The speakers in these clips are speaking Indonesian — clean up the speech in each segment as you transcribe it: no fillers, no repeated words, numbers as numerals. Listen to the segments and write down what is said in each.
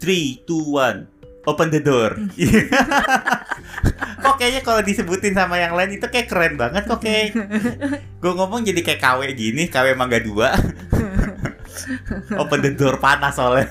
3, 2, 1, open the door. Kok kayaknya kalau disebutin sama yang lain itu kayak keren banget kok kayak gue ngomong jadi kayak KW gini, KW Mangga 2. Open the door panas soalnya.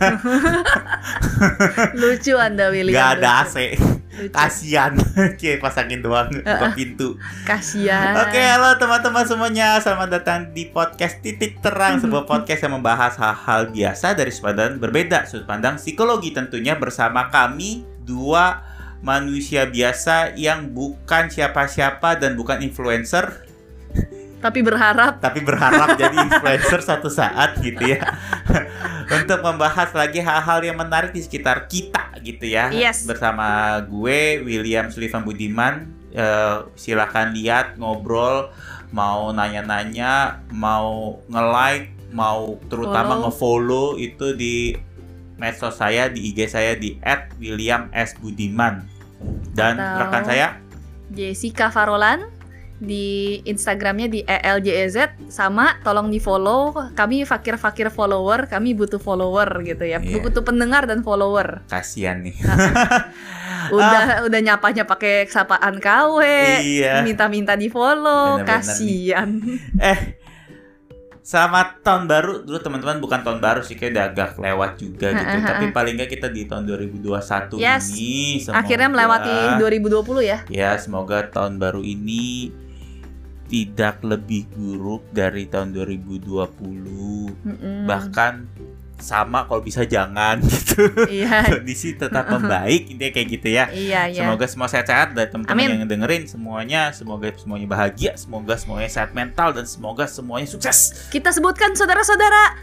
Lucu Anda William. Gak ada lucu. AC. Kasian. Kayak pasangin doang buka pintu. Kasian. Oke, halo teman-teman semuanya. Selamat datang di podcast Titik Terang, sebuah podcast yang membahas hal-hal biasa dari sudut pandang berbeda, sudut pandang psikologi tentunya, bersama kami dua manusia biasa yang bukan siapa-siapa dan bukan influencer, tapi berharap jadi influencer suatu saat gitu ya. Untuk membahas lagi hal-hal yang menarik di sekitar kita gitu ya. Yes. Bersama gue William Sullivan Budiman. Silakan lihat, ngobrol, mau nanya-nanya, mau nge-like, mau terutama nge-follow itu di medsos saya, di IG saya di @WilliamSBudiman. Dan rekan saya Jessica Farolan, di Instagramnya di ELJEZ. Sama tolong di follow, kami fakir-fakir follower, kami butuh follower gitu ya. Butuh pendengar dan follower. Kasian nih. Udah nyapanya pakai sapaan KW. Iya. Minta-minta di follow. Bener-bener kasian. Selamat tahun baru. Dulu teman-teman, bukan tahun baru sih, kayak udah agak lewat juga gitu. Tapi paling nggak kita di tahun 2021 ini semoga, akhirnya melewati 2020 ya. Ya, semoga tahun baru ini tidak lebih buruk dari tahun 2020. Bahkan sama, kalau bisa jangan gitu. Iya. Kondisi tetap membaik, intinya kayak gitu ya. Iya. Semoga semua sehat-sehat dan teman-teman yang dengerin semuanya, semoga semuanya bahagia, semoga semuanya sehat mental, dan semoga semuanya sukses. Kita sebutkan saudara-saudara,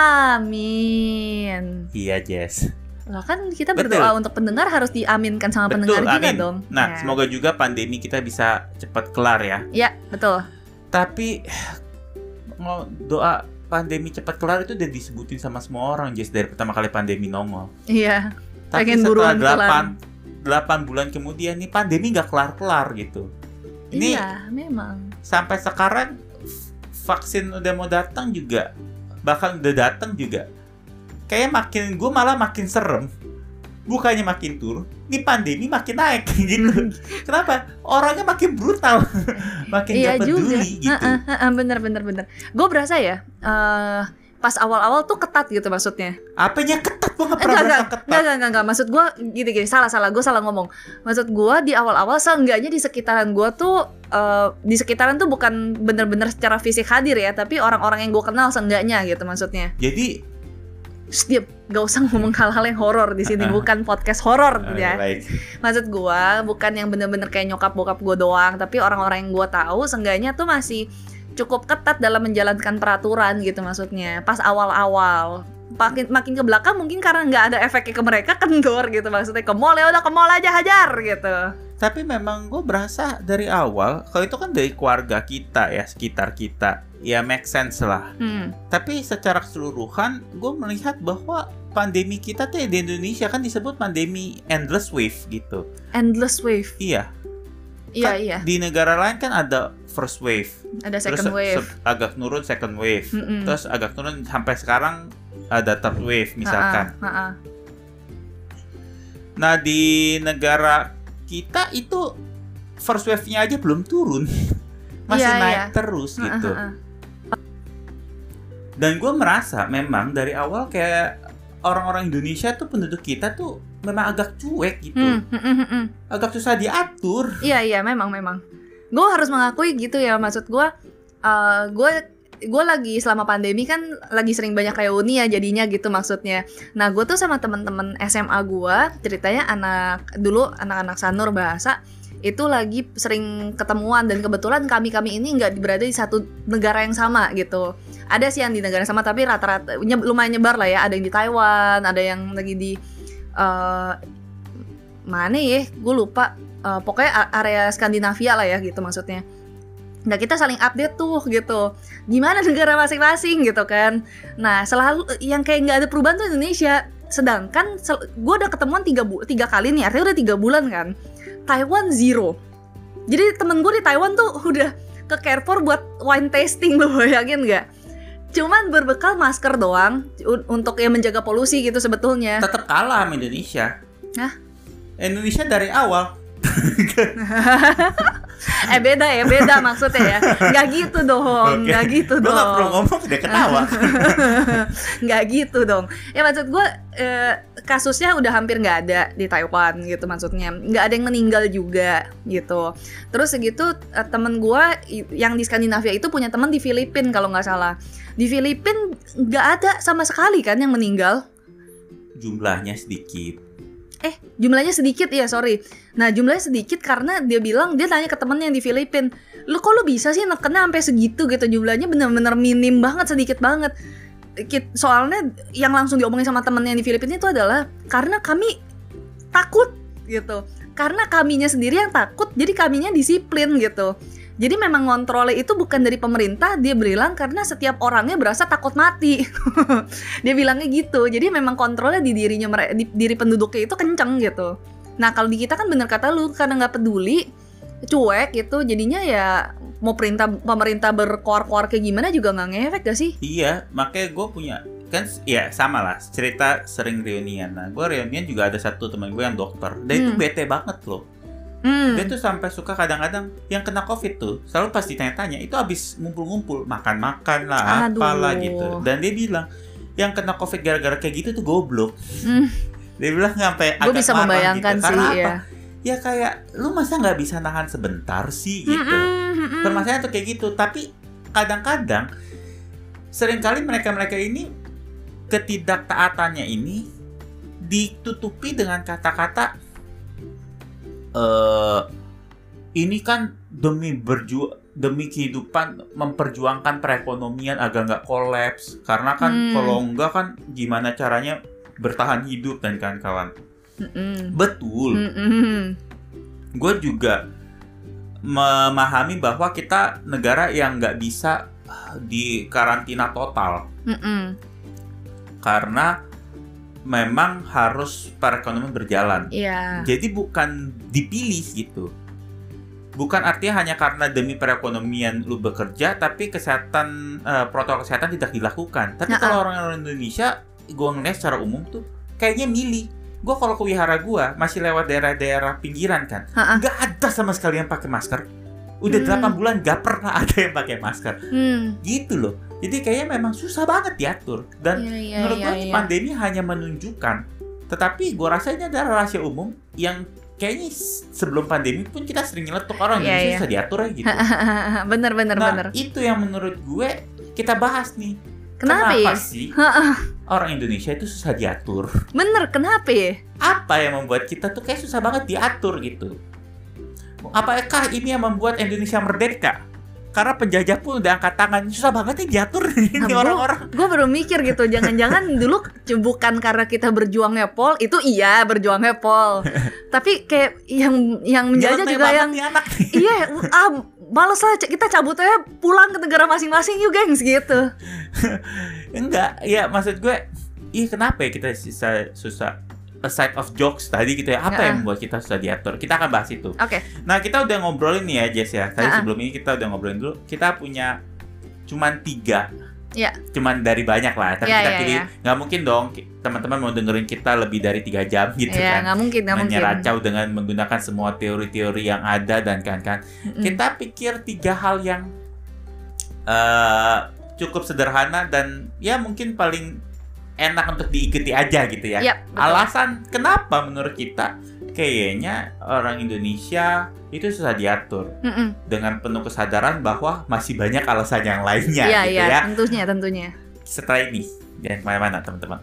amin. Iya, Jess. Lah kan kita berdoa untuk pendengar, harus diaminkan sama pendengar juga dong. Nah, semoga juga pandemi kita bisa cepat kelar ya. Iya, betul. Tapi doa pandemi cepat kelar itu udah disebutin sama semua orang, Jess, dari pertama kali pandemi nongol. Iya. Tapi setelah 8 bulan kemudian nih pandemi nggak kelar-kelar gitu. Ini iya, memang. Sampai sekarang vaksin udah mau datang juga, bahkan udah datang juga. Kayak gue malah makin serem. Bukannya makin turun, ini pandemi makin naik gitu. Kenapa? Orangnya makin brutal, makin gak peduli gitu. Bener. Gue berasa ya, pas awal-awal tuh ketat gitu maksudnya. Apanya ketat? Gue gak pernah berasa ketat. Enggak. Maksud gue gini, salah. Gue salah ngomong. Maksud gue di awal-awal seenggaknya di sekitaran gue tuh, di sekitaran tuh bukan bener-bener secara fisik hadir ya, tapi orang-orang yang gue kenal seenggaknya gitu maksudnya. Jadi diam, gak usah ngomong hal-hal yang horor di sini, bukan podcast horor ya. Baik. Maksud gue bukan yang bener-bener kayak nyokap bokap gue doang, tapi orang-orang yang gue tahu seenggaknya tuh masih cukup ketat dalam menjalankan peraturan gitu maksudnya. Pas awal-awal, makin ke belakang mungkin karena nggak ada efeknya ke mereka, kendor gitu maksudnya. Ke mall ya udah, ke mall aja hajar gitu. Tapi memang gue berasa dari awal, kalau itu kan dari keluarga kita ya, sekitar kita, ya make sense lah. Tapi secara keseluruhan, gue melihat bahwa pandemi kita tuh di Indonesia kan disebut pandemi endless wave gitu. Endless wave? Iya. Iya. Di negara lain kan ada first wave, ada second wave, agak nurun second wave, terus agak turun sampai sekarang ada third wave misalkan. Nah, di negara kita itu first wave-nya aja belum turun, masih naik terus gitu. Dan gue merasa memang dari awal kayak orang-orang Indonesia tuh, penduduk kita tuh memang agak cuek gitu, agak susah diatur. Iya, memang. Gue harus mengakui gitu ya, maksud gue lagi selama pandemi kan lagi sering banyak reuni ya jadinya gitu maksudnya. Nah, gue tuh sama teman-teman SMA gue, ceritanya anak-anak Sanur bahasa itu lagi sering ketemuan, dan kebetulan kami ini nggak berada di satu negara yang sama gitu. Ada sih yang di negara sama, tapi rata-rata lumayan nyebar lah ya. Ada yang di Taiwan, ada yang lagi di mana ya? Gue lupa. Pokoknya area Skandinavia lah ya gitu maksudnya. Nah, kita saling update tuh gitu, gimana negara masing-masing gitu kan. Nah, selalu yang kayak nggak ada perubahan tuh Indonesia. Sedangkan gue udah ketemuan 3 kali nih, artinya udah 3 bulan kan. Taiwan 0. Jadi temen gue di Taiwan tuh udah ke Carrefour buat wine tasting, lo bayangin nggak? cuman berbekal masker doang untuk ya menjaga polusi gitu sebetulnya. Tetap kalah sama Indonesia. Hah? Indonesia dari awal. Beda maksudnya ya. Nggak gitu dong, nggak gitu Gue dong. nggak perlu ngomong udah ketawa. Nggak gitu dong. Ya maksud gue kasusnya udah hampir nggak ada di Taiwan gitu maksudnya. Nggak ada yang meninggal juga gitu. Terus segitu temen gue yang di Skandinavia itu punya teman di Filipina kalau nggak salah. Di Filipina nggak ada sama sekali kan yang meninggal. Jumlahnya sedikit. Jumlahnya sedikit ya, sorry. Nah, jumlahnya sedikit karena dia bilang, dia tanya ke temennya yang di Filipina, lu kok lu bisa sih nekennya sampai segitu gitu, jumlahnya bener-bener minim banget, sedikit banget. Soalnya yang langsung diomongin sama temennya yang di Filipina itu adalah karena kami takut gitu. Karena kaminya sendiri yang takut, jadi kaminya disiplin gitu. Jadi memang ngontrolnya itu bukan dari pemerintah, dia bilang karena setiap orangnya berasa takut mati. Dia bilangnya gitu. Jadi memang kontrolnya di dirinya, di diri penduduknya itu kenceng gitu. Nah kalau di kita kan bener kata lu, karena nggak peduli, cuek gitu, jadinya ya mau pemerintah berkoar-koar kayak gimana juga nggak ngefek gak sih? Iya, makanya gue punya kan ya sama lah cerita sering reunian. Nah gue reunian juga ada satu teman gue yang dokter, dan itu bete banget loh. Dia tuh sampai suka kadang-kadang yang kena COVID tuh selalu pas ditanya-tanya itu habis ngumpul-ngumpul makan-makan lah apalah gitu. Dan dia bilang yang kena COVID gara-gara kayak gitu tuh goblok. Dia bilang sampai agak marah. Gue bisa membayangkan gitu. Sih ya. Ya kayak lu masa nggak bisa nahan sebentar sih gitu. Permasalahannya tuh kayak gitu. Tapi kadang-kadang seringkali mereka-mereka ini ketidaktaatannya ini ditutupi dengan kata-kata ini kan demi kehidupan, memperjuangkan perekonomian agar nggak kolaps, karena kan kalau enggak kan gimana caranya bertahan hidup dan kawan-kawan. Betul. Gue juga memahami bahwa kita negara yang nggak bisa di karantina total, karena memang harus perekonomian berjalan. Jadi bukan dipilih gitu. Bukan artinya hanya karena demi perekonomian lu bekerja, tapi kesehatan, protokol kesehatan tidak dilakukan. Tapi kalau orang Indonesia, gue ngeliat secara umum tuh kayaknya milih. Gue kalau ke wihara gue masih lewat daerah-daerah pinggiran kan, nggak ada sama sekali yang pakai masker. Udah 8 bulan nggak pernah ada yang pakai masker. Gitu loh. Jadi kayaknya memang susah banget diatur. Dan menurut gue pandemi hanya menunjukkan. Tetapi gue rasa ini adalah rahasia umum yang kayaknya sebelum pandemi pun kita sering nyeletuk orang Indonesia susah diatur ya gitu. Bener. Itu yang menurut gue kita bahas nih. Kenapa sih orang Indonesia itu susah diatur? Bener, kenapa ya? Apa yang membuat kita tuh kayak susah banget diatur gitu? Apakah ini yang membuat Indonesia merdeka? Karena penjajah pun udah angkat tangan, susah banget nih diatur ini orang-orang. Gue baru mikir gitu, jangan-jangan dulu bukan karena kita berjuangnya Pol, itu iya berjuangnya Pol. Tapi kayak yang menjajah juga yang iya, males lah kita cabut aja pulang ke negara masing-masing yuk gengs gitu. Enggak, ya maksud gue, kenapa ya kita susah aside of jokes tadi gitu ya, apa yang membuat kita susah diatur? Kita akan bahas itu. Oke. Nah kita udah ngobrolin nih ya Jess ya. Tadi sebelum ini kita udah ngobrolin dulu. Kita punya cuman 3. Cuman dari banyak lah. Tapi kita pilih. Nggak mungkin dong teman-teman mau dengerin kita lebih dari 3 jam gitu kan. Nggak mungkin. Menyeracau dengan menggunakan semua teori-teori yang ada dan kan. Kita pikir 3 hal yang cukup sederhana dan ya mungkin paling enak untuk diikuti aja gitu ya. Alasan kenapa menurut kita kayaknya orang Indonesia itu susah diatur dengan penuh kesadaran bahwa masih banyak alasan yang lainnya gitu ya. Tentunya. Setelah ini jangan kemana-mana teman-teman.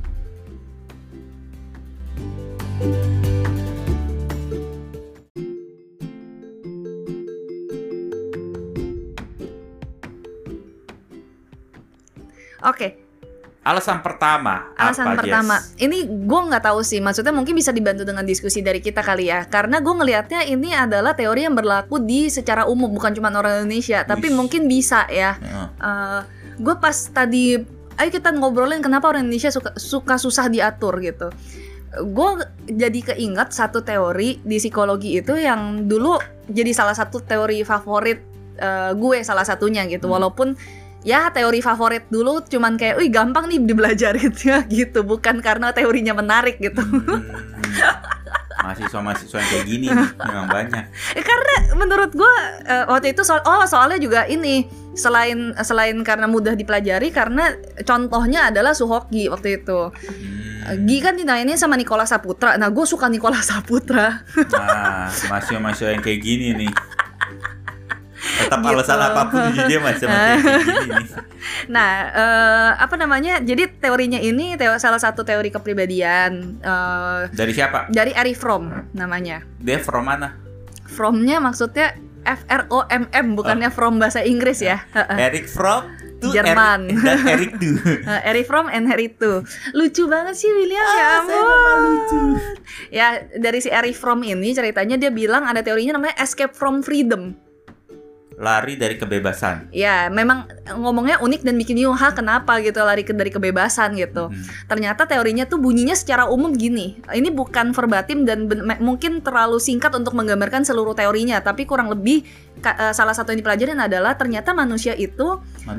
Oke. Alasan pertama, ini gue nggak tahu sih, maksudnya mungkin bisa dibantu dengan diskusi dari kita kali ya, karena gue ngelihatnya ini adalah teori yang berlaku di secara umum, bukan cuma orang Indonesia, tapi mungkin bisa ya. Gue pas tadi, ayo kita ngobrolin kenapa orang Indonesia suka susah diatur gitu. Gue jadi keinget satu teori di psikologi itu yang dulu jadi salah satu teori favorit gue salah satunya gitu, walaupun ya teori favorit dulu, cuman kayak, wih gampang nih dibelajar gitu ya, gitu, bukan karena teorinya menarik gitu. Mahasiswa-mahasiswa yang kayak gini nih, memang banyak. Karena menurut gue waktu itu soalnya juga ini selain karena mudah dipelajari, karena contohnya adalah Suhoki waktu itu. Gi kan ditanyain sama Nicholas Saputra. Nah, gue suka Nicholas Saputra. Nah, mahasiswa yang kayak gini nih. Tetap Gitu. alasan apapun dia masih kayak gini nih. Nah, apa namanya? Jadi teorinya ini salah satu teori kepribadian Dari siapa? dari Erich Fromm namanya. Dia from mana? Fromm-nya maksudnya FROMM, bukannya from bahasa Inggris ya. Erich Fromm tuh Jerman. dan Eric tuh. Erich Fromm and Harry tuh. Lucu banget sih William, ya ampun. Lucu. Ya, dari si Erich Fromm ini ceritanya dia bilang ada teorinya namanya escape from freedom. Lari dari kebebasan. Ya, memang ngomongnya unik dan bikin yuha, kenapa gitu lari dari kebebasan gitu. Ternyata teorinya tuh bunyinya secara umum gini. Ini bukan verbatim dan mungkin terlalu singkat untuk menggambarkan seluruh teorinya, tapi kurang lebih salah satu yang dipelajarin adalah ternyata manusia itu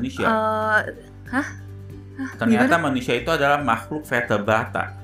Ternyata manusia itu adalah makhluk vertebrata.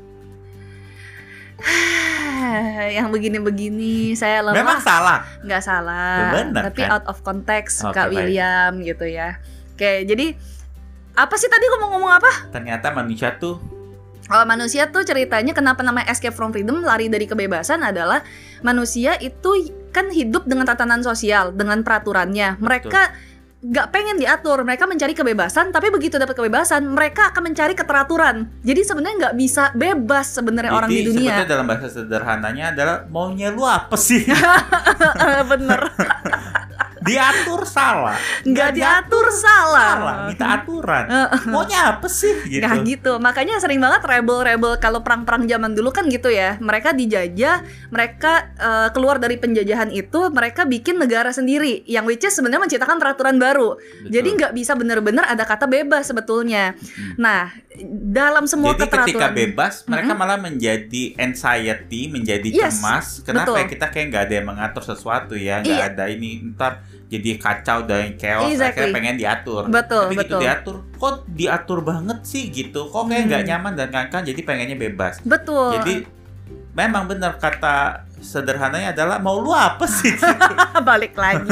yang begini-begini saya lemah. Memang salah. Nggak salah, Bener, tapi kan? out of context, Oke, Kak baik. William gitu ya. Oke, jadi apa sih tadi gue mau ngomong apa? Ternyata manusia tuh Manusia tuh ceritanya kenapa namanya escape from freedom, lari dari kebebasan, adalah manusia itu kan hidup dengan tatanan sosial, dengan peraturannya. Mereka nggak pengen diatur, mereka mencari kebebasan, tapi begitu dapat kebebasan, mereka akan mencari keteraturan. Jadi sebenarnya nggak bisa bebas sebenarnya orang di dunia. sebetulnya dalam bahasa sederhananya adalah maunya lu apa sih? Bener. Diatur salah. Nggak diatur salah. Minta aturan. Maunya apa sih gitu. Nah gitu, makanya sering banget rebel-rebel kalau perang-perang zaman dulu kan gitu ya. Mereka dijajah, mereka keluar dari penjajahan itu, mereka bikin negara sendiri, yang which is sebenarnya menciptakan peraturan baru. Betul. Jadi nggak bisa benar-benar ada kata bebas sebetulnya. Nah, dalam semua Jadi keteraturan, ketika bebas, mereka malah menjadi anxiety, menjadi Yes, cemas. Kenapa betul. ya kita kayak nggak ada yang mengatur sesuatu ya, nggak Iya. ada ini, ntar jadi kacau dan chaos. Exactly. Akhirnya pengen diatur. Betul, Tapi gitu betul. diatur, kok diatur banget sih gitu? Kok kayak nggak nyaman dan kawan-kawan, jadi pengennya bebas. betul. Jadi memang benar kata sederhananya adalah mau lu apa sih? Balik lagi.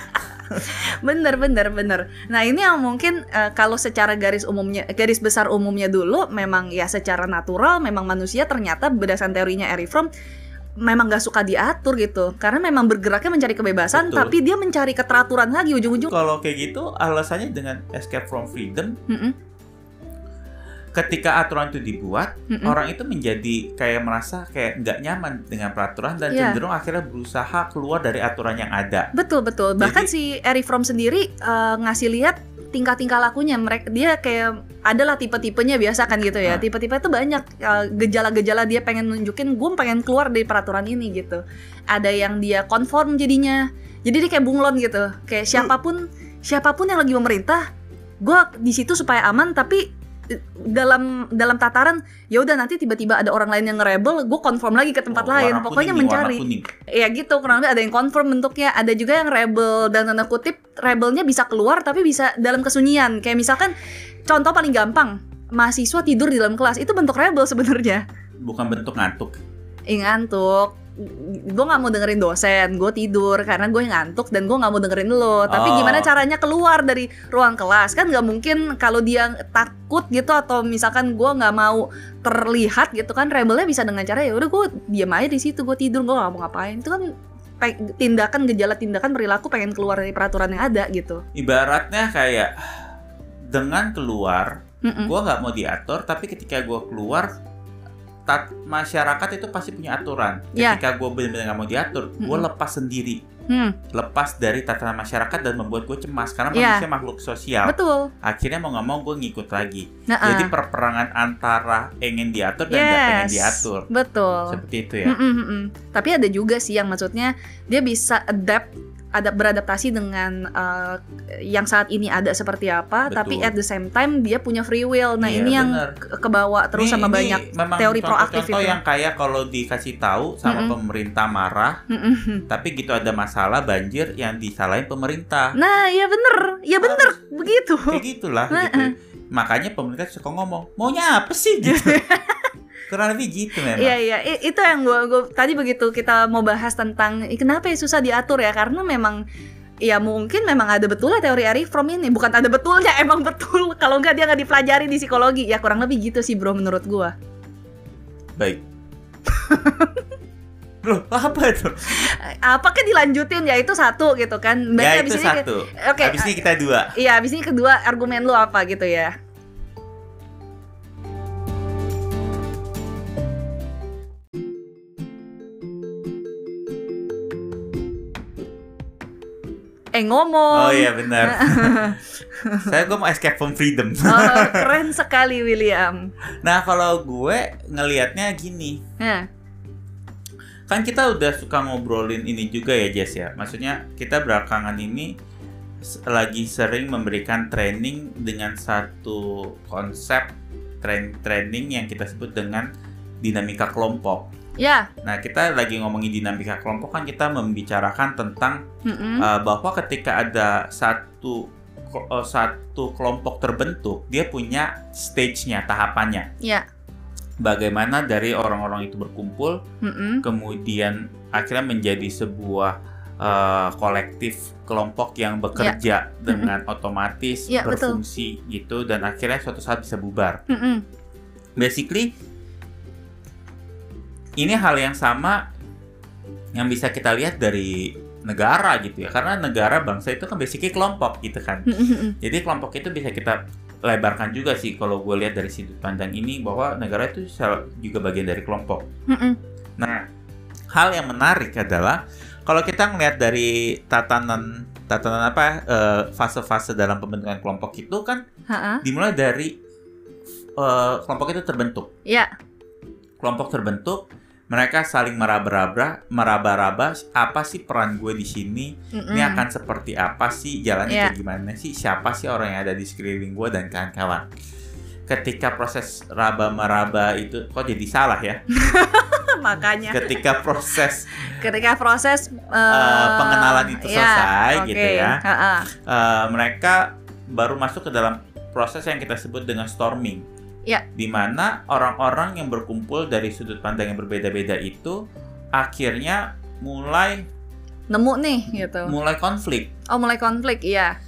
bener. Nah ini yang mungkin kalau secara garis besar umumnya dulu, memang ya secara natural, memang manusia ternyata berdasarkan teorinya Erich Fromm memang nggak suka diatur gitu, karena memang bergeraknya mencari kebebasan. Betul. Tapi dia mencari keteraturan lagi ujung-ujung. Kalau kayak gitu alasannya dengan escape from freedom. Mm-mm. Ketika aturan itu dibuat, Mm-mm. orang itu menjadi kayak merasa kayak nggak nyaman dengan peraturan dan Iya. cenderung akhirnya berusaha keluar dari aturan yang ada. Betul. Bahkan si Erich Fromm sendiri ngasih lihat tingkah-tingkah lakunya. Dia kayak adalah tipe-tipenya biasa kan gitu ya. Tipe-tipe itu banyak gejala-gejala dia pengen nunjukin gue pengen keluar dari peraturan ini gitu. Ada yang dia konform jadinya. Jadi dia kayak bunglon gitu. Kayak siapapun yang lagi memerintah, gue di situ supaya aman, tapi dalam tataran ya udah nanti tiba-tiba ada orang lain yang nge-rebel, gue konform lagi ke tempat lain. Warna Pokoknya kuning nih, mencari. warna kuning. Ya gitu, kurang lebih ada yang confirm bentuknya. Ada juga yang rebel, dan tanda kutip rebelnya bisa keluar tapi bisa dalam kesunyian. Kayak misalkan contoh paling gampang, mahasiswa tidur di dalam kelas, itu bentuk rebel sebenarnya. Bukan bentuk ngantuk. Ngantuk, gue nggak mau dengerin dosen, gue tidur karena gue ngantuk dan gue nggak mau dengerin lo. Tapi gimana caranya keluar dari ruang kelas? Kan nggak mungkin kalau dia takut gitu, atau misalkan gue nggak mau terlihat gitu kan. Rebelnya bisa dengan cara ya udah gue diam aja di situ, gue tidur, gue nggak mau ngapain. Itu kan gejala tindakan perilaku pengen keluar dari peraturan yang ada gitu. Ibaratnya kayak dengan keluar, Mm-mm. gue nggak mau diatur, tapi ketika gue keluar, masyarakat itu pasti punya aturan. Ya. Ketika gue benar-benar nggak mau diatur, gue lepas sendiri. Lepas dari tatanan masyarakat dan membuat gue cemas karena Ya. manusia makhluk sosial. Betul. Akhirnya mau nggak mau gue ngikut lagi. Nah, Jadi perperangan antara ingin diatur dan nggak pengen diatur. Betul. Seperti itu ya. Tapi ada juga sih yang maksudnya dia bisa adapt beradaptasi dengan yang saat ini ada seperti apa, Betul. tapi at the same time dia punya free will. Nah, Iya, ini yang bener. kebawa terus sama banyak memang teori proaktif contoh itu. yang kayak kalau dikasih tahu sama pemerintah marah, tapi gitu ada masalah banjir yang disalahin pemerintah. Nah, ya bener begitu. Kayak gitulah gitu. Makanya pemerintah suka ngomong, maunya apa sih gitu. Kurang lebih gitu memang. Iya, itu yang gue tadi begitu kita mau bahas tentang kenapa ya susah diatur ya, karena memang ya mungkin memang ada betulnya teori Eric Fromm ini, bukan ada betulnya, emang betul. Kalau nggak dia nggak dipelajari di psikologi, ya kurang lebih gitu sih bro menurut gue. Baik. Loh, apa itu? Apakah dilanjutin ya itu satu gitu kan? Ya Berarti itu satu. Oke. Abis ini kita dua. Iya, abis ini kedua argumen lu apa gitu ya? Ngomong. Oh iya benar. Gue mau escape from freedom. Oh, keren sekali William. Nah kalau gue ngelihatnya gini, kan kita udah suka ngobrolin ini juga ya Jess ya. Maksudnya kita belakangan ini lagi sering memberikan training dengan satu konsep training yang kita sebut dengan dinamika kelompok. Ya. Nah kita lagi ngomongin dinamika kelompok kan kita membicarakan tentang bahwa ketika ada satu kelompok terbentuk, dia punya stage-nya, tahapannya. Ya. Bagaimana dari orang-orang itu berkumpul, kemudian akhirnya menjadi sebuah kolektif kelompok yang bekerja dengan otomatis berfungsi gitu, dan akhirnya suatu saat bisa bubar. Basically ini hal yang sama yang bisa kita lihat dari negara gitu ya, karena negara bangsa itu kan basically kelompok gitu kan. Jadi kelompok itu bisa kita lebarkan juga sih kalau gue lihat dari sudut pandang ini, bahwa negara itu juga bagian dari kelompok. Nah, hal yang menarik adalah kalau kita ngelihat dari tatanan fase-fase dalam pembentukan kelompok itu kan dimulai dari kelompok itu terbentuk. Ya. Kelompok terbentuk, mereka saling meraba-raba apa sih peran gue di sini, ini akan seperti apa sih, jalannya kayak gimana sih, siapa sih orang yang ada di sekeliling gue dan kawan-kawan. Ketika proses raba-meraba itu kok jadi salah ya? Makanya. Ketika proses pengenalan itu selesai gitu ya, mereka baru masuk ke dalam proses yang kita sebut dengan storming. Ya. Di mana orang-orang yang berkumpul dari sudut pandang yang berbeda-beda itu akhirnya mulai nemu nih gitu. Mulai konflik. Oh, mulai konflik, iya.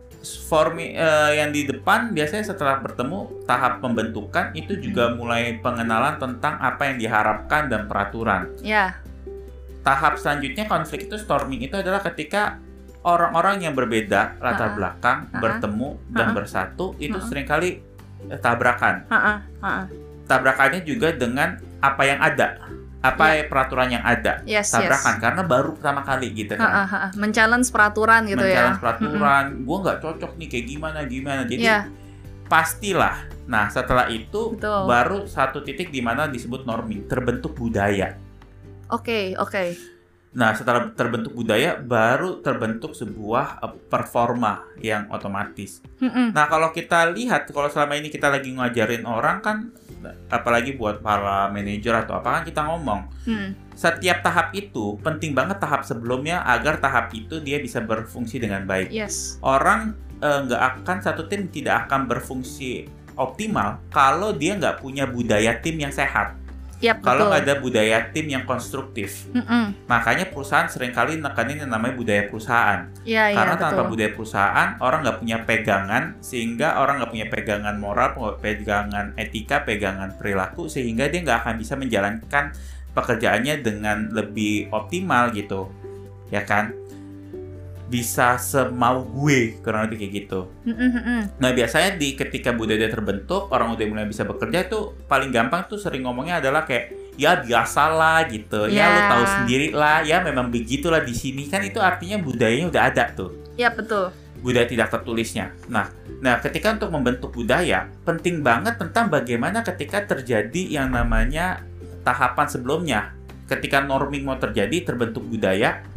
Yang di depan biasanya setelah bertemu tahap pembentukan itu juga mulai pengenalan tentang apa yang diharapkan dan peraturan. Ya. Tahap selanjutnya konflik itu, storming itu adalah ketika orang-orang yang berbeda latar belakang bertemu dan bersatu, itu seringkali tabrakan. Tabrakannya juga dengan apa yang ada, peraturan yang ada. Tabrakan karena baru pertama kali gitu kan. Men-challenge peraturan gitu ya. Men-challenge peraturan, gue nggak cocok nih kayak gimana. Jadi pastilah. Nah setelah itu baru satu titik di mana disebut norming, terbentuk budaya. Oke. Nah, setelah terbentuk budaya, baru terbentuk sebuah performa yang otomatis. Nah, kalau kita lihat, kalau selama ini kita lagi ngajarin orang kan, apalagi buat para manajer atau apa, kan kita ngomong, setiap tahap itu penting banget tahap sebelumnya agar tahap itu dia bisa berfungsi dengan baik. Orang satu tim tidak akan berfungsi optimal kalau dia nggak punya budaya tim yang sehat. Kalau nggak ada budaya tim yang konstruktif. Makanya perusahaan seringkali nekanin yang namanya budaya perusahaan. Karena tanpa budaya perusahaan, orang nggak punya pegangan, sehingga orang nggak punya pegangan moral, pegangan etika, pegangan perilaku, sehingga dia nggak akan bisa menjalankan pekerjaannya dengan lebih optimal gitu, ya kan? Bisa semau gue, kurang lebih kayak gitu. Nah biasanya ketika budaya terbentuk, orang udah mulai bisa bekerja, itu paling gampang tuh sering ngomongnya adalah kayak ya biasalah gitu, ya lu tahu sendiri lah, ya memang begitulah di sini, kan itu artinya budayanya udah ada tuh. Ya betul. Budaya tidak tertulisnya. Nah ketika untuk membentuk budaya, penting banget tentang bagaimana ketika terjadi yang namanya tahapan sebelumnya. Ketika norming mau terjadi, terbentuk budaya,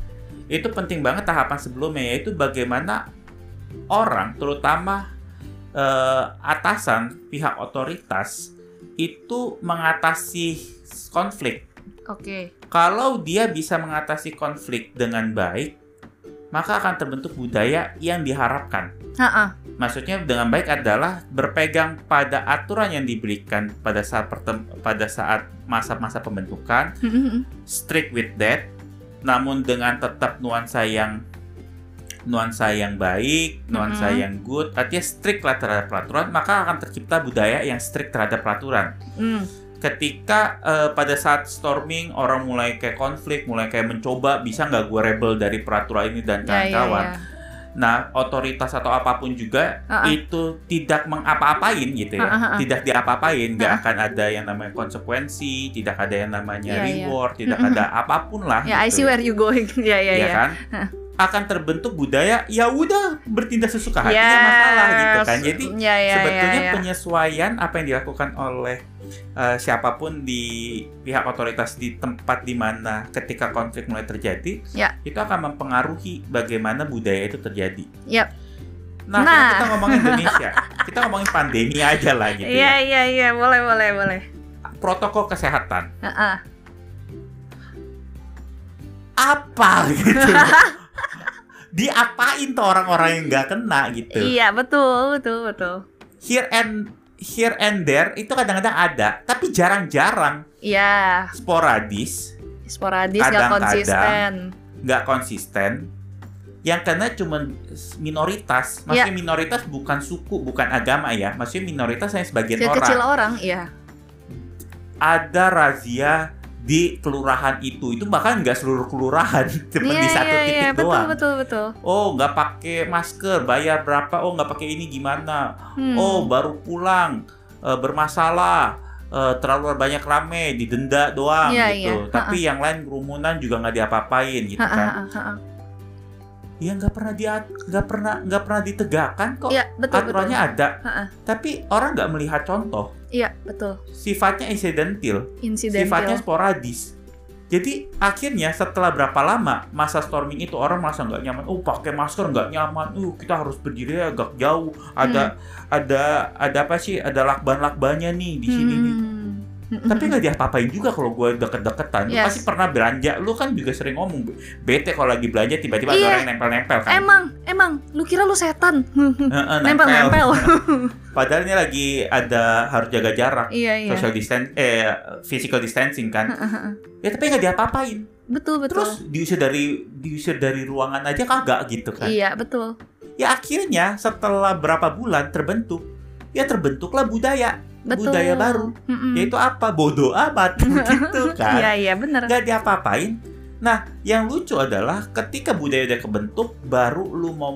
Itu penting banget tahapan sebelumnya, yaitu bagaimana orang, terutama atasan, pihak otoritas itu mengatasi konflik. Oke. Kalau dia bisa mengatasi konflik dengan baik, maka akan terbentuk budaya yang diharapkan. Maksudnya dengan baik adalah berpegang pada aturan yang diberikan pada saat masa-masa pembentukan, strict with that, namun dengan tetap nuansa yang baik, nuansa yang good, artinya strict lah terhadap peraturan, maka akan tercipta budaya yang strict terhadap peraturan. Ketika pada saat storming orang mulai kayak konflik, mulai kayak mencoba bisa nggak gue rebel dari peraturan ini dan kawan-kawan. Nah, otoritas atau apapun juga itu tidak mengapa-apain gitu ya, tidak diapa-apain, nggak akan ada yang namanya konsekuensi, tidak ada yang namanya reward, tidak ada apapun lah. I see where you going. Ya kan? Akan terbentuk budaya ya udah bertindak sesuka hati, masalah gitu kan. Jadi sebetulnya penyesuaian apa yang dilakukan oleh siapapun di pihak otoritas di tempat di mana ketika konflik mulai terjadi, itu akan mempengaruhi bagaimana budaya itu terjadi. Nah, kita ngomongin Indonesia, kita ngomongin pandemi aja lah gitu. Iya, boleh. Protokol kesehatan. Apa gitu? Diapain tuh orang-orang yang nggak kena gitu? Iya, betul. Here and there itu kadang-kadang ada, tapi jarang-jarang. Iya. Sporadis, nggak konsisten. Yang kena cuma minoritas. Maksudnya minoritas bukan suku, bukan agama ya. Maksudnya minoritas hanya sebagian orang. Kecil orang, iya. Ada razia di kelurahan itu bahkan nggak seluruh kelurahan, cuma di satu titik doang. Betul. Oh, nggak pakai masker, bayar berapa? Oh, nggak pakai ini gimana? Oh, baru pulang, bermasalah, terlalu banyak rame, didenda doang gitu. Tapi yang lain kerumunan juga nggak diapa-apain gitu kan? Ya nggak pernah ditegakkan kok. Aturannya ada, tapi orang nggak melihat contoh. Iya, betul. Sifatnya insidental, sifatnya sporadis. Jadi akhirnya setelah berapa lama masa storming itu orang merasa nggak nyaman. Pakai masker nggak nyaman. Kita harus berdiri agak jauh. Ada apa sih? Ada lakban-lakbannya nih di sini nih. Tapi nggak diapa-apain juga kalau gue deket-deketan. Lu pasti pernah belanja. Lu kan juga sering ngomong bete kalau lagi belanja tiba-tiba ada orang yang nempel-nempel kan. Emang. Lu kira lu setan? Nempel. Padahal ini lagi harus jaga jarak. Social physical distancing kan. Ya tapi nggak diapa-apain. Betul. Terus diusir dari ruangan aja kagak gitu kan. Iya, betul. Ya akhirnya setelah berapa bulan terbentuklah budaya baru, yaitu apa? Bodoh amat gitu kan. Iya, benar. Gak diapa-apain. Nah, yang lucu adalah ketika budaya udah kebentuk, baru lu mau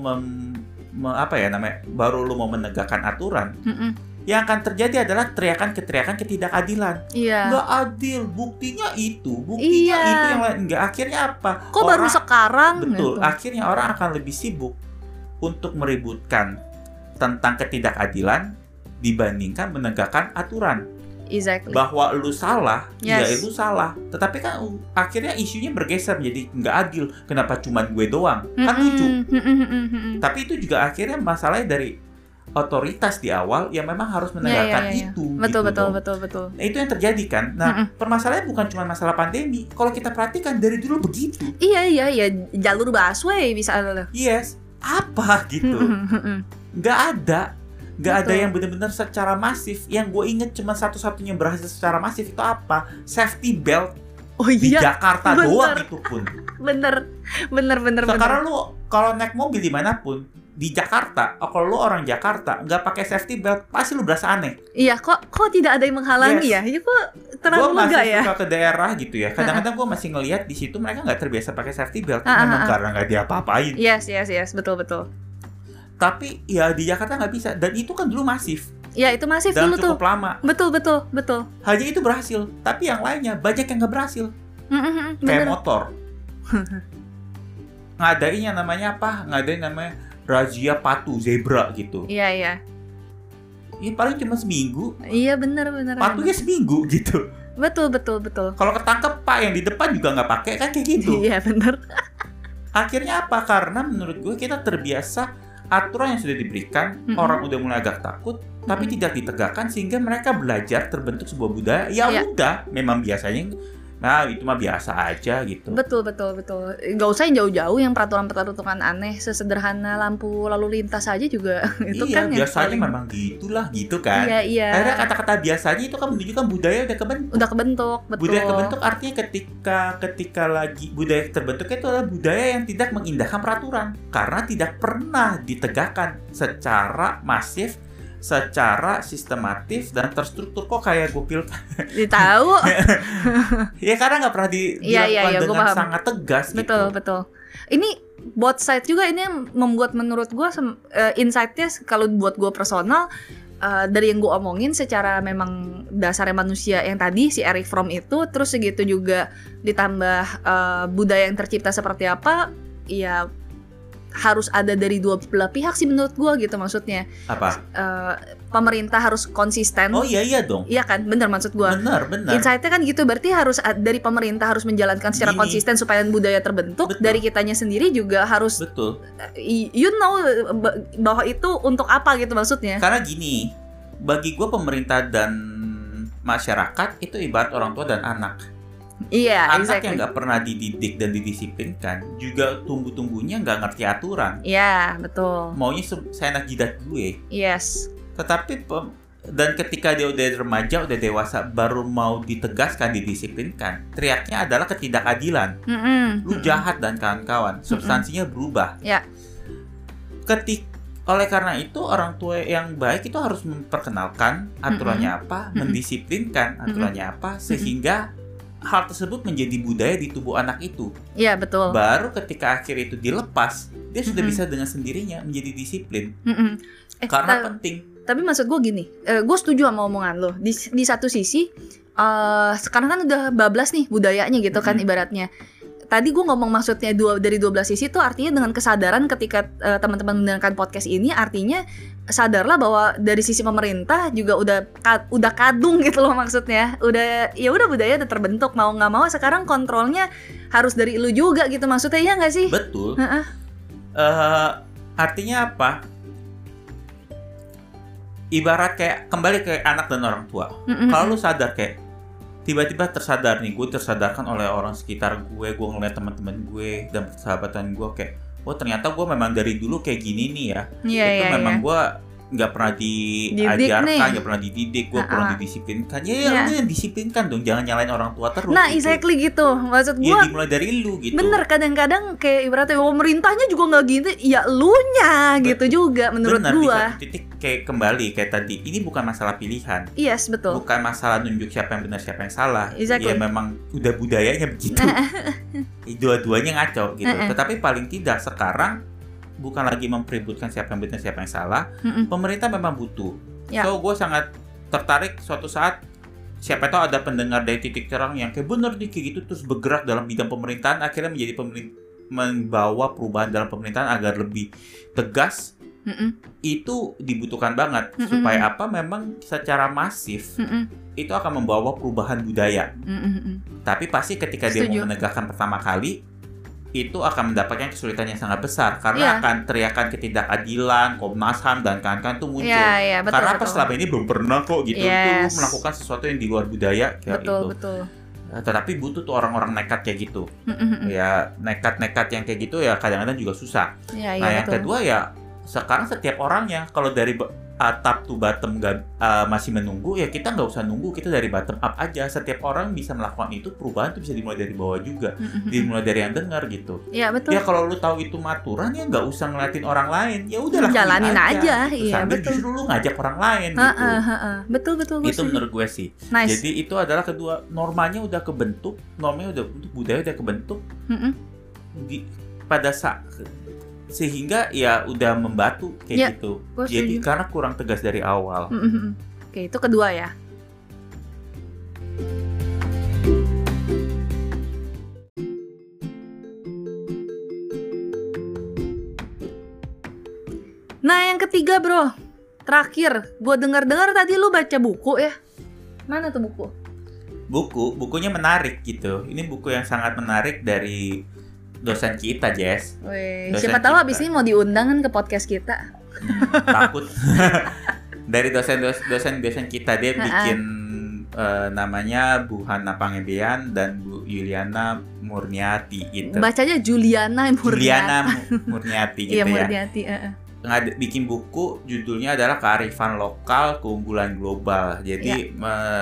baru lu mau menegakkan aturan. Yang akan terjadi adalah teriakan ketidakadilan. Nggak adil, buktinya itu yang lain. Nggak, akhirnya apa? Kok baru sekarang? Betul, gitu. akhirnya orang akan lebih sibuk untuk meributkan tentang ketidakadilan dibandingkan menegakkan aturan. Exactly. Bahwa lu salah, ya lu salah. Tetapi kan akhirnya isunya bergeser jadi nggak adil. Kenapa cuma gue doang? Kan lucu. Tapi itu juga akhirnya masalahnya dari otoritas di awal yang memang harus menegakkan itu. Betul. Nah, itu yang terjadi kan. Nah, permasalahannya bukan cuma masalah pandemi. Kalau kita perhatikan dari dulu begitu. Iya. Jalur busway misalnya. Yes. Apa gitu? Nggak ada yang benar-benar secara masif. Yang gue inget cuma satu-satunya berhasil secara masif itu apa? Safety belt. Di Jakarta doang itu pun. Bener. Sekarang lu kalau naik mobil dimanapun di Jakarta, kalau lu orang Jakarta nggak pakai safety belt, pasti lu berasa aneh. Iya, kok tidak ada yang menghalangi ya? Ya kok terlalu lega ya? Gue masih suka ke daerah gitu ya. Kadang-kadang gue masih ngelihat di situ mereka nggak terbiasa pakai safety belt, memang karena nggak diapa-apain. Yes, betul. Tapi ya di Jakarta nggak bisa, dan itu kan dulu masif. Ya itu masif dan dulu tuh. cukup lama. Betul. Hanya itu berhasil, tapi yang lainnya banyak yang nggak berhasil. Kayak motor. Ngadain yang namanya apa? Ngadain namanya razia patuh zebra gitu. Iya. Ini paling cuma seminggu. Iya benar. Patuhnya seminggu gitu. Betul. Kalau ketangkep Pak yang di depan juga nggak pakai kan kayak gitu. Iya benar. Akhirnya apa? Karena menurut gue kita terbiasa aturan yang sudah diberikan, orang udah mulai agak takut, tapi tidak ditegakkan sehingga mereka belajar terbentuk sebuah budaya. Ya udah, memang biasanya nah itu mah biasa aja gitu. Betul. Gak usah yang jauh-jauh yang peraturan aneh, sesederhana lampu lalu lintas aja juga itu iya, kan biasanya paling... memang gitulah gitu kan. Iya. Akhirnya kata-kata biasanya itu kan menunjukkan budaya udah kebentuk. Betul. Budaya kebentuk artinya ketika lagi budaya terbentuk itu adalah budaya yang tidak mengindahkan peraturan karena tidak pernah ditegakkan secara masif, secara sistematis dan terstruktur. Kok kayak gue pilkan ditahu ya karena nggak pernah dilakukan dengan sangat tegas. Betul. Ini both side juga ini yang membuat menurut gue insight-nya kalau buat gue personal, dari yang gue omongin secara memang dasarnya manusia yang tadi si Eric Fromm itu, terus segitu juga ditambah budaya yang tercipta seperti apa, ya harus ada dari dua belah pihak sih menurut gue gitu maksudnya. Apa? Pemerintah harus konsisten. Oh iya dong. Iya kan, bener maksud gue. Bener. Insight-nya kan gitu, berarti harus dari pemerintah harus menjalankan secara konsisten supaya budaya terbentuk. Betul. Dari kitanya sendiri juga harus. Betul. You know bahwa itu untuk apa gitu maksudnya. Karena gini, bagi gue pemerintah dan masyarakat itu ibarat orang tua dan anak. Iya, anak yang nggak pernah dididik dan didisiplinkan juga tumbuh-tumbuhnya nggak ngerti aturan. Iya, betul. Maunya seenak jidat gue. Yes. Tetapi dan ketika dia udah remaja, udah dewasa, baru mau ditegaskan, didisiplinkan, teriaknya adalah ketidakadilan. Lu jahat dan kawan-kawan. Substansinya berubah. Ya. Oleh karena itu orang tua yang baik itu harus memperkenalkan aturannya apa, mendisiplinkan aturannya apa, sehingga hal tersebut menjadi budaya di tubuh anak itu. Iya, betul. Baru ketika akhir itu dilepas, dia sudah bisa dengan sendirinya menjadi disiplin. Karena penting. Tapi maksud gue gini, gue setuju sama omongan lo. Di satu sisi, sekarang kan udah bablas nih budayanya gitu kan ibaratnya. Tadi gue ngomong maksudnya dari 12 sisi tuh artinya dengan kesadaran ketika teman-teman mendengarkan podcast ini, artinya sadarlah bahwa dari sisi pemerintah juga udah kadung gitu loh maksudnya. Udah budaya udah terbentuk, mau nggak mau sekarang kontrolnya harus dari lu juga gitu maksudnya, ya nggak sih? Betul. Artinya apa? Ibarat kayak kembali ke anak dan orang tua. Kalau lu sadar kayak tiba-tiba tersadar nih, gue tersadarkan oleh orang sekitar gue ngeliat teman-teman gue dan persahabatan gue kayak, oh ternyata gue memang dari dulu kayak gini nih ya. Itu memang gue nggak pernah diajarkan, nggak pernah dididik, gue kurang didisiplinkan. Ya lu yang disiplinkan dong, jangan nyalain orang tua terus. Nah, gitu. Exactly gitu, maksud gue. Iya, dimulai dari lu gitu. Bener, kadang-kadang kayak ibaratnya pemerintahnya juga nggak gitu, ya elunya gitu juga menurut gue. Bener, di titik kayak kembali kayak tadi, ini bukan masalah pilihan. Yes, betul. Bukan masalah nunjuk siapa yang benar siapa yang salah. Exactly. Ya memang udah budayanya begitu. Dua-duanya ngaco gitu. Tetapi paling tidak sekarang bukan lagi mempeributkan siapa yang benar siapa yang salah. Pemerintah memang butuh. So gue sangat tertarik suatu saat siapa tahu ada pendengar dari Titik Terang yang kayak bener nih kayak gitu, terus bergerak dalam bidang pemerintahan, akhirnya menjadi membawa perubahan dalam pemerintahan agar lebih tegas. Itu dibutuhkan banget supaya apa? Memang secara masif itu akan membawa perubahan budaya. Tapi pasti ketika dia mau menegakkan pertama kali, itu akan mendapatkan kesulitan yang sangat besar karena akan teriakan ketidakadilan, Komnas HAM dan kawan-kawan itu muncul. Betul, karena pas selama ini belum pernah kok gitu itu melakukan sesuatu yang di luar budaya kayak betul. Tetapi butuh tuh orang-orang nekat kayak gitu. Ya nekat-nekat yang kayak gitu ya kadang-kadang juga susah. Nah yang kedua ya sekarang setiap orangnya kalau dari top to bottom masih menunggu, ya kita nggak usah nunggu, kita dari bottom up aja. Setiap orang bisa melakukan itu, perubahan itu bisa dimulai dari bawah juga, dimulai dari yang dengar gitu. Iya betul. Ya kalau lu tahu itu maturan ya nggak usah ngeliatin orang lain, ya udahlah jalanin aja. Gitu. Iya Sambil betul. Justru lu ngajak orang lain gitu. Betul. Itu menurut gue sih. Nice. Jadi itu adalah kedua, normanya udah kebentuk, budaya udah kebentuk pada saat sehingga ya udah membatu kayak gitu. Jadi karena kurang tegas dari awal. Oke, itu kedua ya. Nah, yang ketiga, bro. Terakhir, gue dengar-dengar tadi lu baca buku ya. Mana tuh buku? Bukunya menarik gitu. Ini buku yang sangat menarik dari dosen kita, Jess. Wih, Dosen siapa tahu kita. abis ini mau diundang kan ke podcast kita. Takut. Dari dosen kita dia bikin namanya Bu Hana Pangebean dan Bu Yuliana Murniati itu. Bacanya Juliana Murniati gitu Iya, ya. Murniati. Bikin buku judulnya adalah Kearifan Lokal Keunggulan Global. Jadi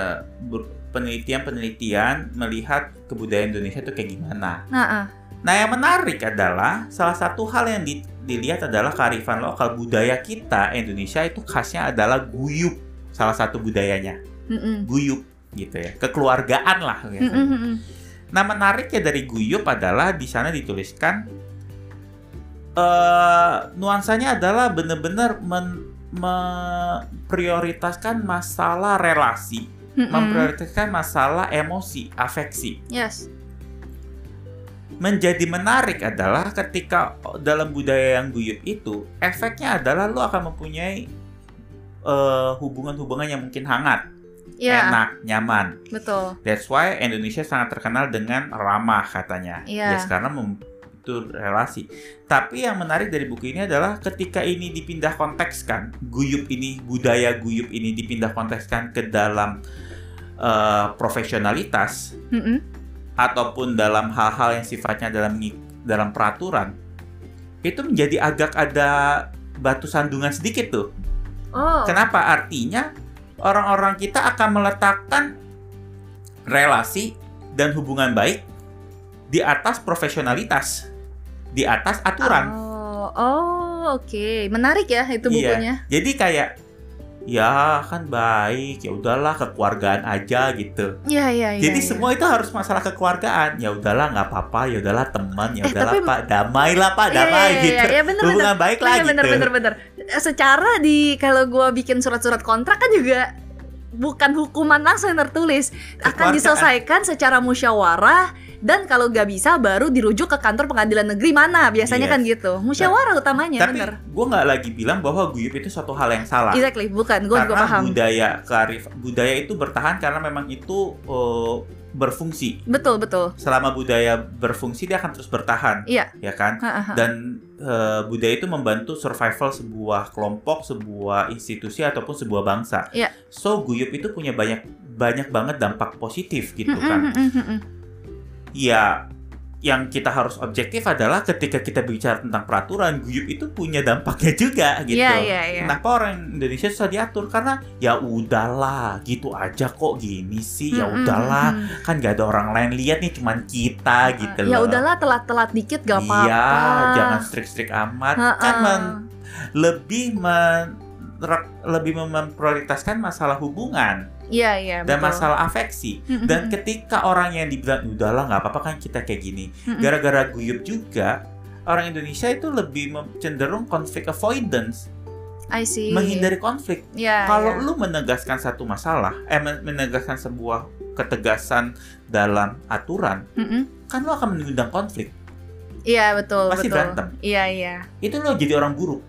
penelitian melihat kebudayaan Indonesia itu kayak gimana. Nah, yang menarik adalah salah satu hal yang dilihat adalah kearifan lokal budaya kita Indonesia itu khasnya adalah guyup. Salah satu budayanya. Guyup gitu ya. Kekeluargaan lah gitu. Nah, menariknya dari guyup adalah di sana dituliskan nuansanya adalah benar-benar memprioritaskan masalah relasi, memprioritaskan masalah emosi, afeksi. Yes. Menjadi menarik adalah ketika dalam budaya yang guyup itu, efeknya adalah lo akan mempunyai hubungan-hubungan yang mungkin hangat, enak, nyaman. Betul. That's why Indonesia sangat terkenal dengan ramah katanya. Yes, karena itu relasi. Tapi yang menarik dari buku ini adalah ketika ini dipindah kontekskan, budaya guyup ini dipindah kontekskan ke dalam profesionalitas ataupun dalam hal-hal yang sifatnya dalam peraturan, itu menjadi agak ada batu sandungan sedikit tuh. Kenapa? Artinya orang-orang kita akan meletakkan relasi dan hubungan baik di atas profesionalitas, di atas aturan. Oke. Menarik ya itu bukunya. Iya. Jadi kayak ya kan baik, ya udahlah kekeluargaan aja gitu. Iya. Jadi semua itu harus masalah kekeluargaan. Ya udahlah nggak apa-apa, ya udahlah teman, ya udahlah tapi, Pak, damai lah Pak, damai gitu. Iya, bener, hubungan baik lah gitu. Bener. Secara kalau gue bikin surat-surat kontrak kan juga bukan hukuman langsung yang tertulis, akan diselesaikan secara musyawarah, dan kalau nggak bisa baru dirujuk ke kantor pengadilan negeri mana biasanya kan gitu. Musyawarah utamanya. Tapi gue nggak lagi bilang bahwa guyup itu suatu hal yang salah. Exactly, bukan. Gue juga paham. Budaya itu bertahan karena memang itu berfungsi. Betul. Selama budaya berfungsi dia akan terus bertahan. Iya. Ya kan? Dan budaya itu membantu survival sebuah kelompok, sebuah institusi ataupun sebuah bangsa. Iya. So guyup itu punya banyak banget dampak positif gitu kan. Ya, yang kita harus objektif adalah ketika kita bicara tentang peraturan, guyup itu punya dampaknya juga gitu. Iya. Kenapa orang Indonesia susah diatur? Karena ya udahlah, gitu aja kok gini sih. Ya udahlah, kan gak ada orang lain lihat nih, cuman kita gitu loh. Ya udahlah, telat-telat dikit gak apa-apa. Iya, jangan strik-strik amat. Kan lebih memprioritaskan masalah hubungan. Iya, dan betul. masalah afeksi. Dan ketika orang yang dibilang udahlah nggak apa-apa kan kita kayak gini, gara-gara guyup juga orang Indonesia itu lebih cenderung conflict avoidance. I see. Menghindari konflik. Kalau lu menegaskan satu masalah, menegaskan sebuah ketegasan dalam aturan, kan lu akan mengundang konflik. Iya, betul. Pasti berantem. Iya. Itu lu jadi orang buruk.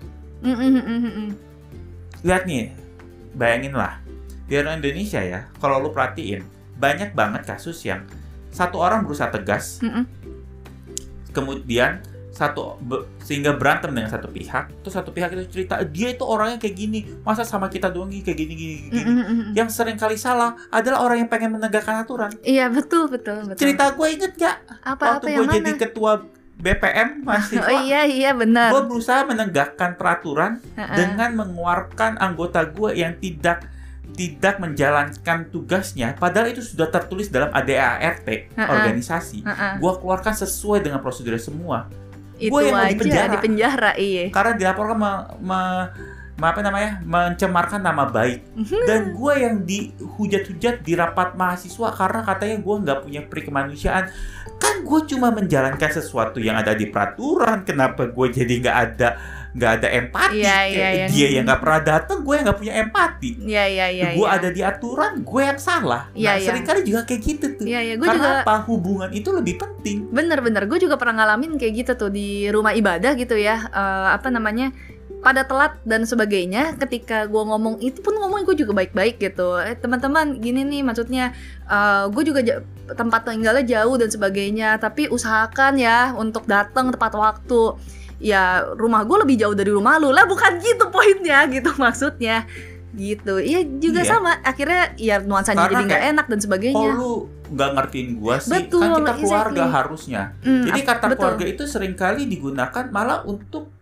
Lihat nih, bayangin lah. Di orang Indonesia ya, kalau lu perhatiin, banyak banget kasus yang satu orang berusaha tegas, kemudian sehingga berantem dengan satu pihak, terus satu pihak itu cerita dia itu orangnya kayak gini, masa sama kita doang kayak gini. Yang sering kali salah adalah orang yang pengen menegakkan aturan. Iya, betul. Cerita gue inget gak? Waktu gue jadi ketua BPM mahasiswa. Iya, benar. Gue berusaha menegakkan peraturan dengan mengeluarkan anggota gue yang tidak menjalankan tugasnya, padahal itu sudah tertulis dalam ADART organisasi. Gua keluarkan sesuai dengan prosedur semua. Itu gue yang di penjara, iya. Karena dilaporkan mencemarkan nama baik. Dan gue yang dihujat-hujat di rapat mahasiswa karena katanya gue nggak punya peri kemanusiaan. Kan gue cuma menjalankan sesuatu yang ada di peraturan. Kenapa gue jadi nggak ada empati? Dia yang nggak pernah datang, gue yang nggak punya empati. Gue ada di aturan, gue yang salah. Seringkali juga kayak gitu tuh. Karena apa? Hubungan itu lebih penting. Bener, gue juga pernah ngalamin kayak gitu tuh di rumah ibadah gitu ya. Pada telat dan sebagainya. Ketika gue ngomong itu pun gue juga baik-baik gitu. Teman-teman gini nih, maksudnya gue juga tempat tinggalnya jauh dan sebagainya, tapi usahakan ya untuk datang tepat waktu. Ya rumah gue lebih jauh dari rumah lu lah, bukan gitu poinnya gitu maksudnya gitu. Iya juga sama, akhirnya ya nuansanya Karena jadi nggak enak dan sebagainya. Oh lu nggak ngertiin gua sih, Betul, kan kita keluarga exactly. harusnya. Jadi kata betul. keluarga itu seringkali digunakan malah untuk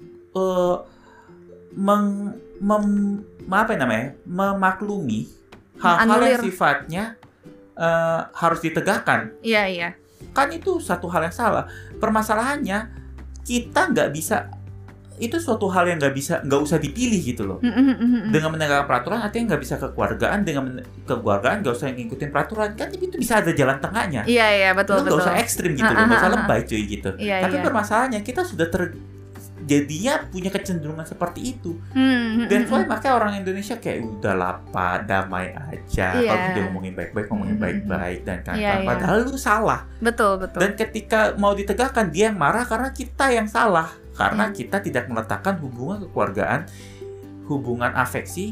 apa namanya, memaklumi hal-hal yang Anulir. sifatnya harus ditegakkan. Iya. Kan itu satu hal yang salah. Permasalahannya kita nggak bisa, itu suatu hal yang nggak usah dipilih gitu loh. Dengan menegakkan peraturan artinya nggak bisa kekeluargaan, dengan kekeluargaan nggak usah ngikutin peraturan, kan itu bisa ada jalan tengahnya. Iya betul. Lo nggak usah ekstrim gitu, lo nggak usah lebay cuy gitu. Iya, Tapi iya. permasalahannya kita sudah jadinya punya kecenderungan seperti itu. Dan makanya orang Indonesia kayak udahlah Pak, damai aja. Iya. Kalau dia ngomongin baik-baik dan kan. Iya, iya. Padahal lu salah. Betul. Dan ketika mau ditegakkan dia yang marah karena kita yang salah. Karena kita tidak meletakkan hubungan kekeluargaan, hubungan afeksi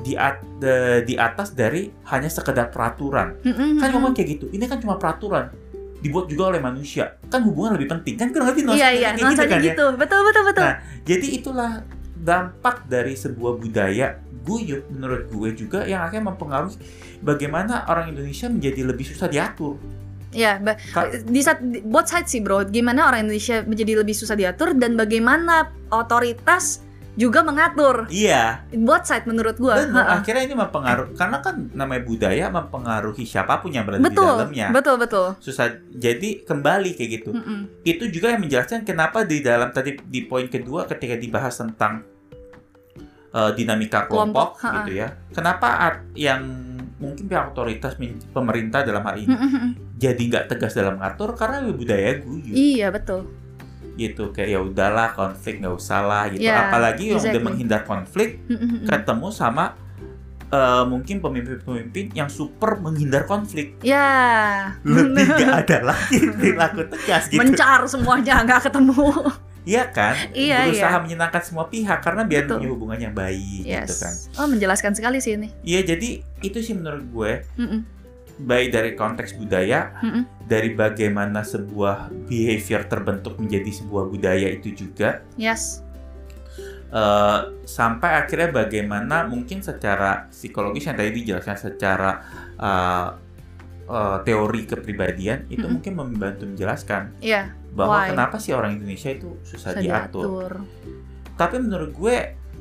di atas dari hanya sekedar peraturan. Kan ngomong kayak gitu. Ini kan cuma peraturan. Dibuat juga oleh manusia. Kan hubungan lebih penting. Kan kurang lebih Iya, nuansanya gitu. Betul. Nah, jadi itulah dampak dari sebuah budaya guyup menurut gue juga yang akhirnya mempengaruhi bagaimana orang Indonesia menjadi lebih susah diatur. Ya, both sides sih bro. Gimana orang Indonesia menjadi lebih susah diatur dan bagaimana otoritas juga mengatur. Iya. Both side menurut gua. Dan akhirnya ini mempengaruhi, karena kan namanya budaya mempengaruhi siapapun yang berada di dalamnya. Betul. Susah. Jadi kembali kayak gitu. Itu juga yang menjelaskan kenapa di dalam tadi di poin kedua ketika dibahas tentang dinamika kelompok gitu ya. Kenapa yang mungkin pihak otoritas pemerintah dalam hal ini jadi nggak tegas dalam mengatur karena budaya guyup. Iya betul. Gitu kayak ya udahlah konflik nggak usah lah gitu. Yeah, apalagi yang udah menghindar konflik ketemu sama mungkin pemimpin-pemimpin yang super menghindar konflik. Ya. Lebih nggak ada lagi perilaku tegas gitu. Mencar semuanya nggak ketemu. Iya kan? Iya, Berusaha menyenangkan semua pihak karena biar Betul. punya hubungan yang baik gitu kan. Oh menjelaskan sekali sih ini. Iya jadi itu sih menurut gue baik dari konteks budaya, dari bagaimana sebuah behavior terbentuk menjadi sebuah budaya itu juga. Yes. Sampai akhirnya bagaimana mungkin secara psikologis yang tadi dijelaskan secara teori kepribadian itu mungkin membantu menjelaskan bahwa kenapa sih orang Indonesia itu susah diatur. Tapi menurut gue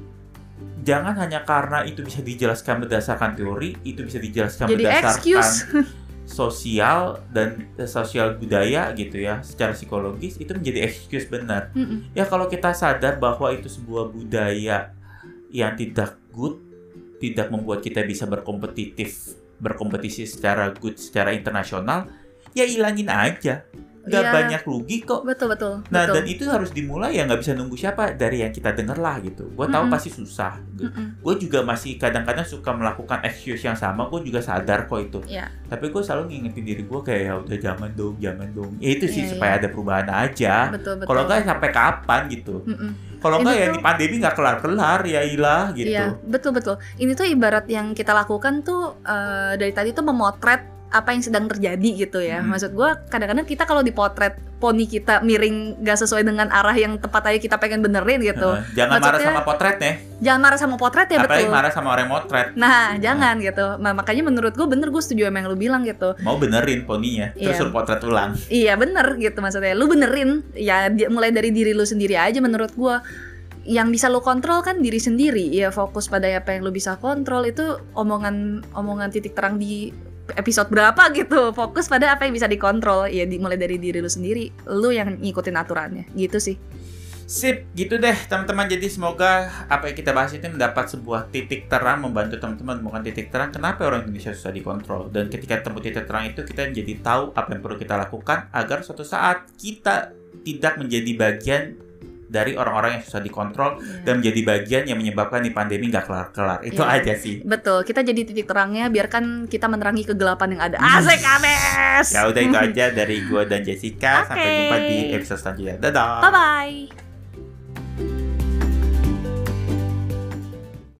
jangan hanya karena itu bisa dijelaskan berdasarkan teori, itu bisa dijelaskan jadi berdasarkan excuse. sosial dan sosial budaya gitu ya, secara psikologis itu menjadi excuse benar. Ya kalau kita sadar bahwa itu sebuah budaya yang tidak good, tidak membuat kita bisa berkompetisi secara good, secara internasional, ya ilangin aja. Gak banyak rugi kok. Betul. Nah dan itu harus dimulai ya, nggak bisa nunggu siapa dari yang kita denger lah gitu. Gue tahu pasti susah. Gue juga masih kadang-kadang suka melakukan excuse yang sama. Gue juga sadar kok itu. Tapi gue selalu ngingetin diri gue kayak ya udah jangan dong. Ya itu sih supaya ada perubahan aja. Kalau nggak sampai kapan gitu. Kalau nggak ya di pandemi nggak kelar-kelar ya ilah gitu. Iya betul. Ini tuh ibarat yang kita lakukan tuh dari tadi tuh memotret apa yang sedang terjadi gitu ya. Maksud gue kadang-kadang kita kalau dipotret poni kita miring gak sesuai dengan arah yang tepat aja kita pengen benerin gitu. Jangan marah sama potretnya. Jangan marah sama potret ya. Apalagi betul. marah sama orang yang motret. Nah jangan gitu. Makanya menurut gue bener, gue setuju sama yang lu bilang gitu. Mau benerin poninya terus lu potret ulang. Iya bener gitu maksudnya. Lu benerin ya mulai dari diri lu sendiri aja menurut gue. Yang bisa lu kontrol kan diri sendiri. Ya fokus pada apa yang lu bisa kontrol. Itu omongan titik terang di episode berapa gitu. Fokus pada apa yang bisa dikontrol. Ya mulai dari diri lu sendiri. Lu yang ngikutin aturannya. Gitu sih. Sip, gitu deh teman-teman. Jadi semoga apa yang kita bahas ini mendapat sebuah titik terang, membantu teman-teman menemukan titik terang kenapa orang Indonesia susah dikontrol. Dan ketika temu titik terang itu kita menjadi tahu apa yang perlu kita lakukan agar suatu saat kita tidak menjadi bagian dari orang-orang yang susah dikontrol dan menjadi bagian yang menyebabkan di pandemi nggak kelar-kelar. Itu aja sih. Betul, kita jadi titik terangnya, biarkan kita menerangi kegelapan yang ada. Asik Ames! Ya udah itu aja dari gue dan Jessica. Sampai jumpa di episode selanjutnya. Dadah! Bye-bye!